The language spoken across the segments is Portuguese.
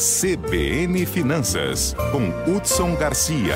CBN Finanças, com Hudson Garcia.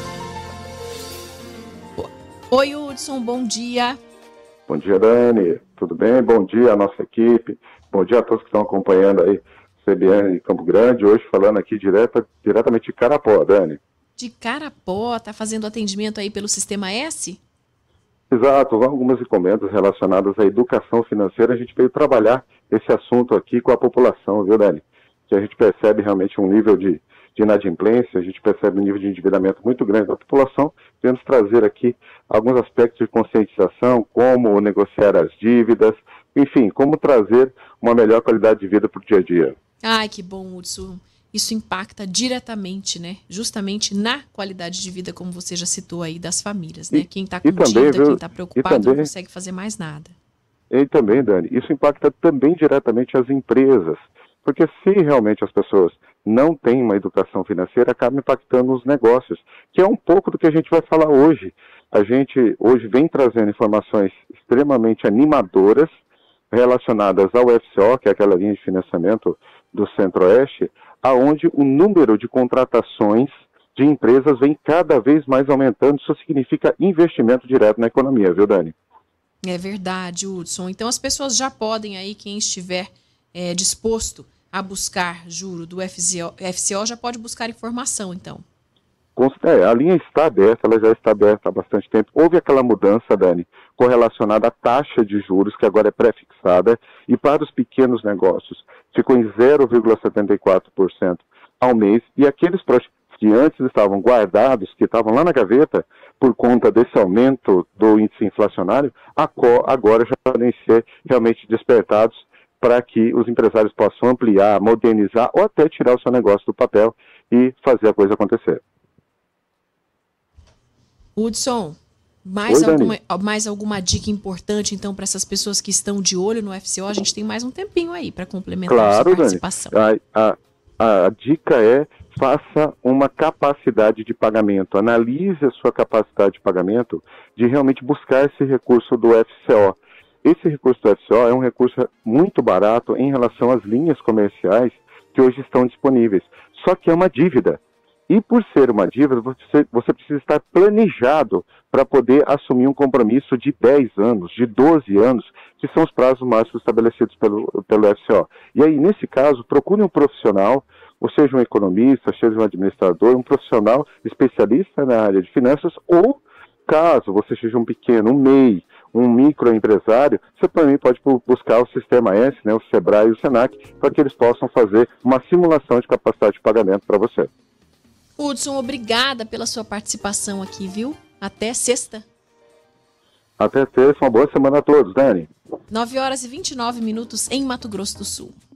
Oi, Hudson, bom dia. Bom dia, Dani. Tudo bem? Bom dia à nossa equipe. Bom dia a todos que estão acompanhando aí CBN Campo Grande. Hoje falando aqui diretamente de Carapó, Dani. De Carapó, tá fazendo atendimento aí pelo Sistema S? Exato, algumas encomendas relacionadas à educação financeira. A gente veio trabalhar esse assunto aqui com a população, viu, Dani? Que a gente percebe realmente um nível de inadimplência, a gente percebe um nível de endividamento muito grande da população. Queremos trazer aqui alguns aspectos de conscientização, como negociar as dívidas, enfim, como trazer uma melhor qualidade de vida para o dia a dia. Ai, que bom, Hudson. Isso impacta diretamente, né? Justamente na qualidade de vida, como você já citou aí, das famílias, né? Quem está com dívida, quem está preocupado, não consegue fazer mais nada. E também, Dani, isso impacta também diretamente as empresas, porque se realmente as pessoas não têm uma educação financeira, acaba impactando os negócios, que é um pouco do que a gente vai falar hoje. A gente hoje vem trazendo informações extremamente animadoras relacionadas ao FCO, que é aquela linha de financiamento do Centro-Oeste, aonde o número de contratações de empresas vem cada vez mais aumentando. Isso significa investimento direto na economia, viu, Dani? É verdade, Hudson. Então as pessoas já podem aí, quem estiver disposto a buscar juro do FCO já pode buscar informação, então. A linha está aberta, ela já está aberta há bastante tempo. Houve aquela mudança, Dani, correlacionada à taxa de juros, que agora é pré-fixada, e para os pequenos negócios ficou em 0,74% ao mês, e aqueles projetos que antes estavam guardados, que estavam lá na gaveta, por conta desse aumento do índice inflacionário, agora já podem ser realmente despertados para que os empresários possam ampliar, modernizar ou até tirar o seu negócio do papel e fazer a coisa acontecer. Hudson, mais alguma dica importante, então, para essas pessoas que estão de olho no FCO? A gente tem mais um tempinho aí para complementar a sua participação. Dani, a dica é: faça uma capacidade de pagamento, analise a sua capacidade de pagamento de realmente buscar esse recurso do FCO. Esse recurso do FCO é um recurso muito barato em relação às linhas comerciais que hoje estão disponíveis. Só que é uma dívida. E por ser uma dívida, você precisa estar planejado para poder assumir um compromisso de 10 anos, de 12 anos, que são os prazos máximos estabelecidos pelo FCO. E aí, nesse caso, procure um profissional, ou seja, um economista, seja um administrador, um profissional especialista na área de finanças, ou, caso você seja um pequeno, um MEI, um microempresário, você também pode buscar o Sistema S, né, o Sebrae e o Senac, para que eles possam fazer uma simulação de capacidade de pagamento para você. Hudson, obrigada pela sua participação aqui, viu? Até sexta. Até terça, uma boa semana a todos, Dani. 9h29 em Mato Grosso do Sul.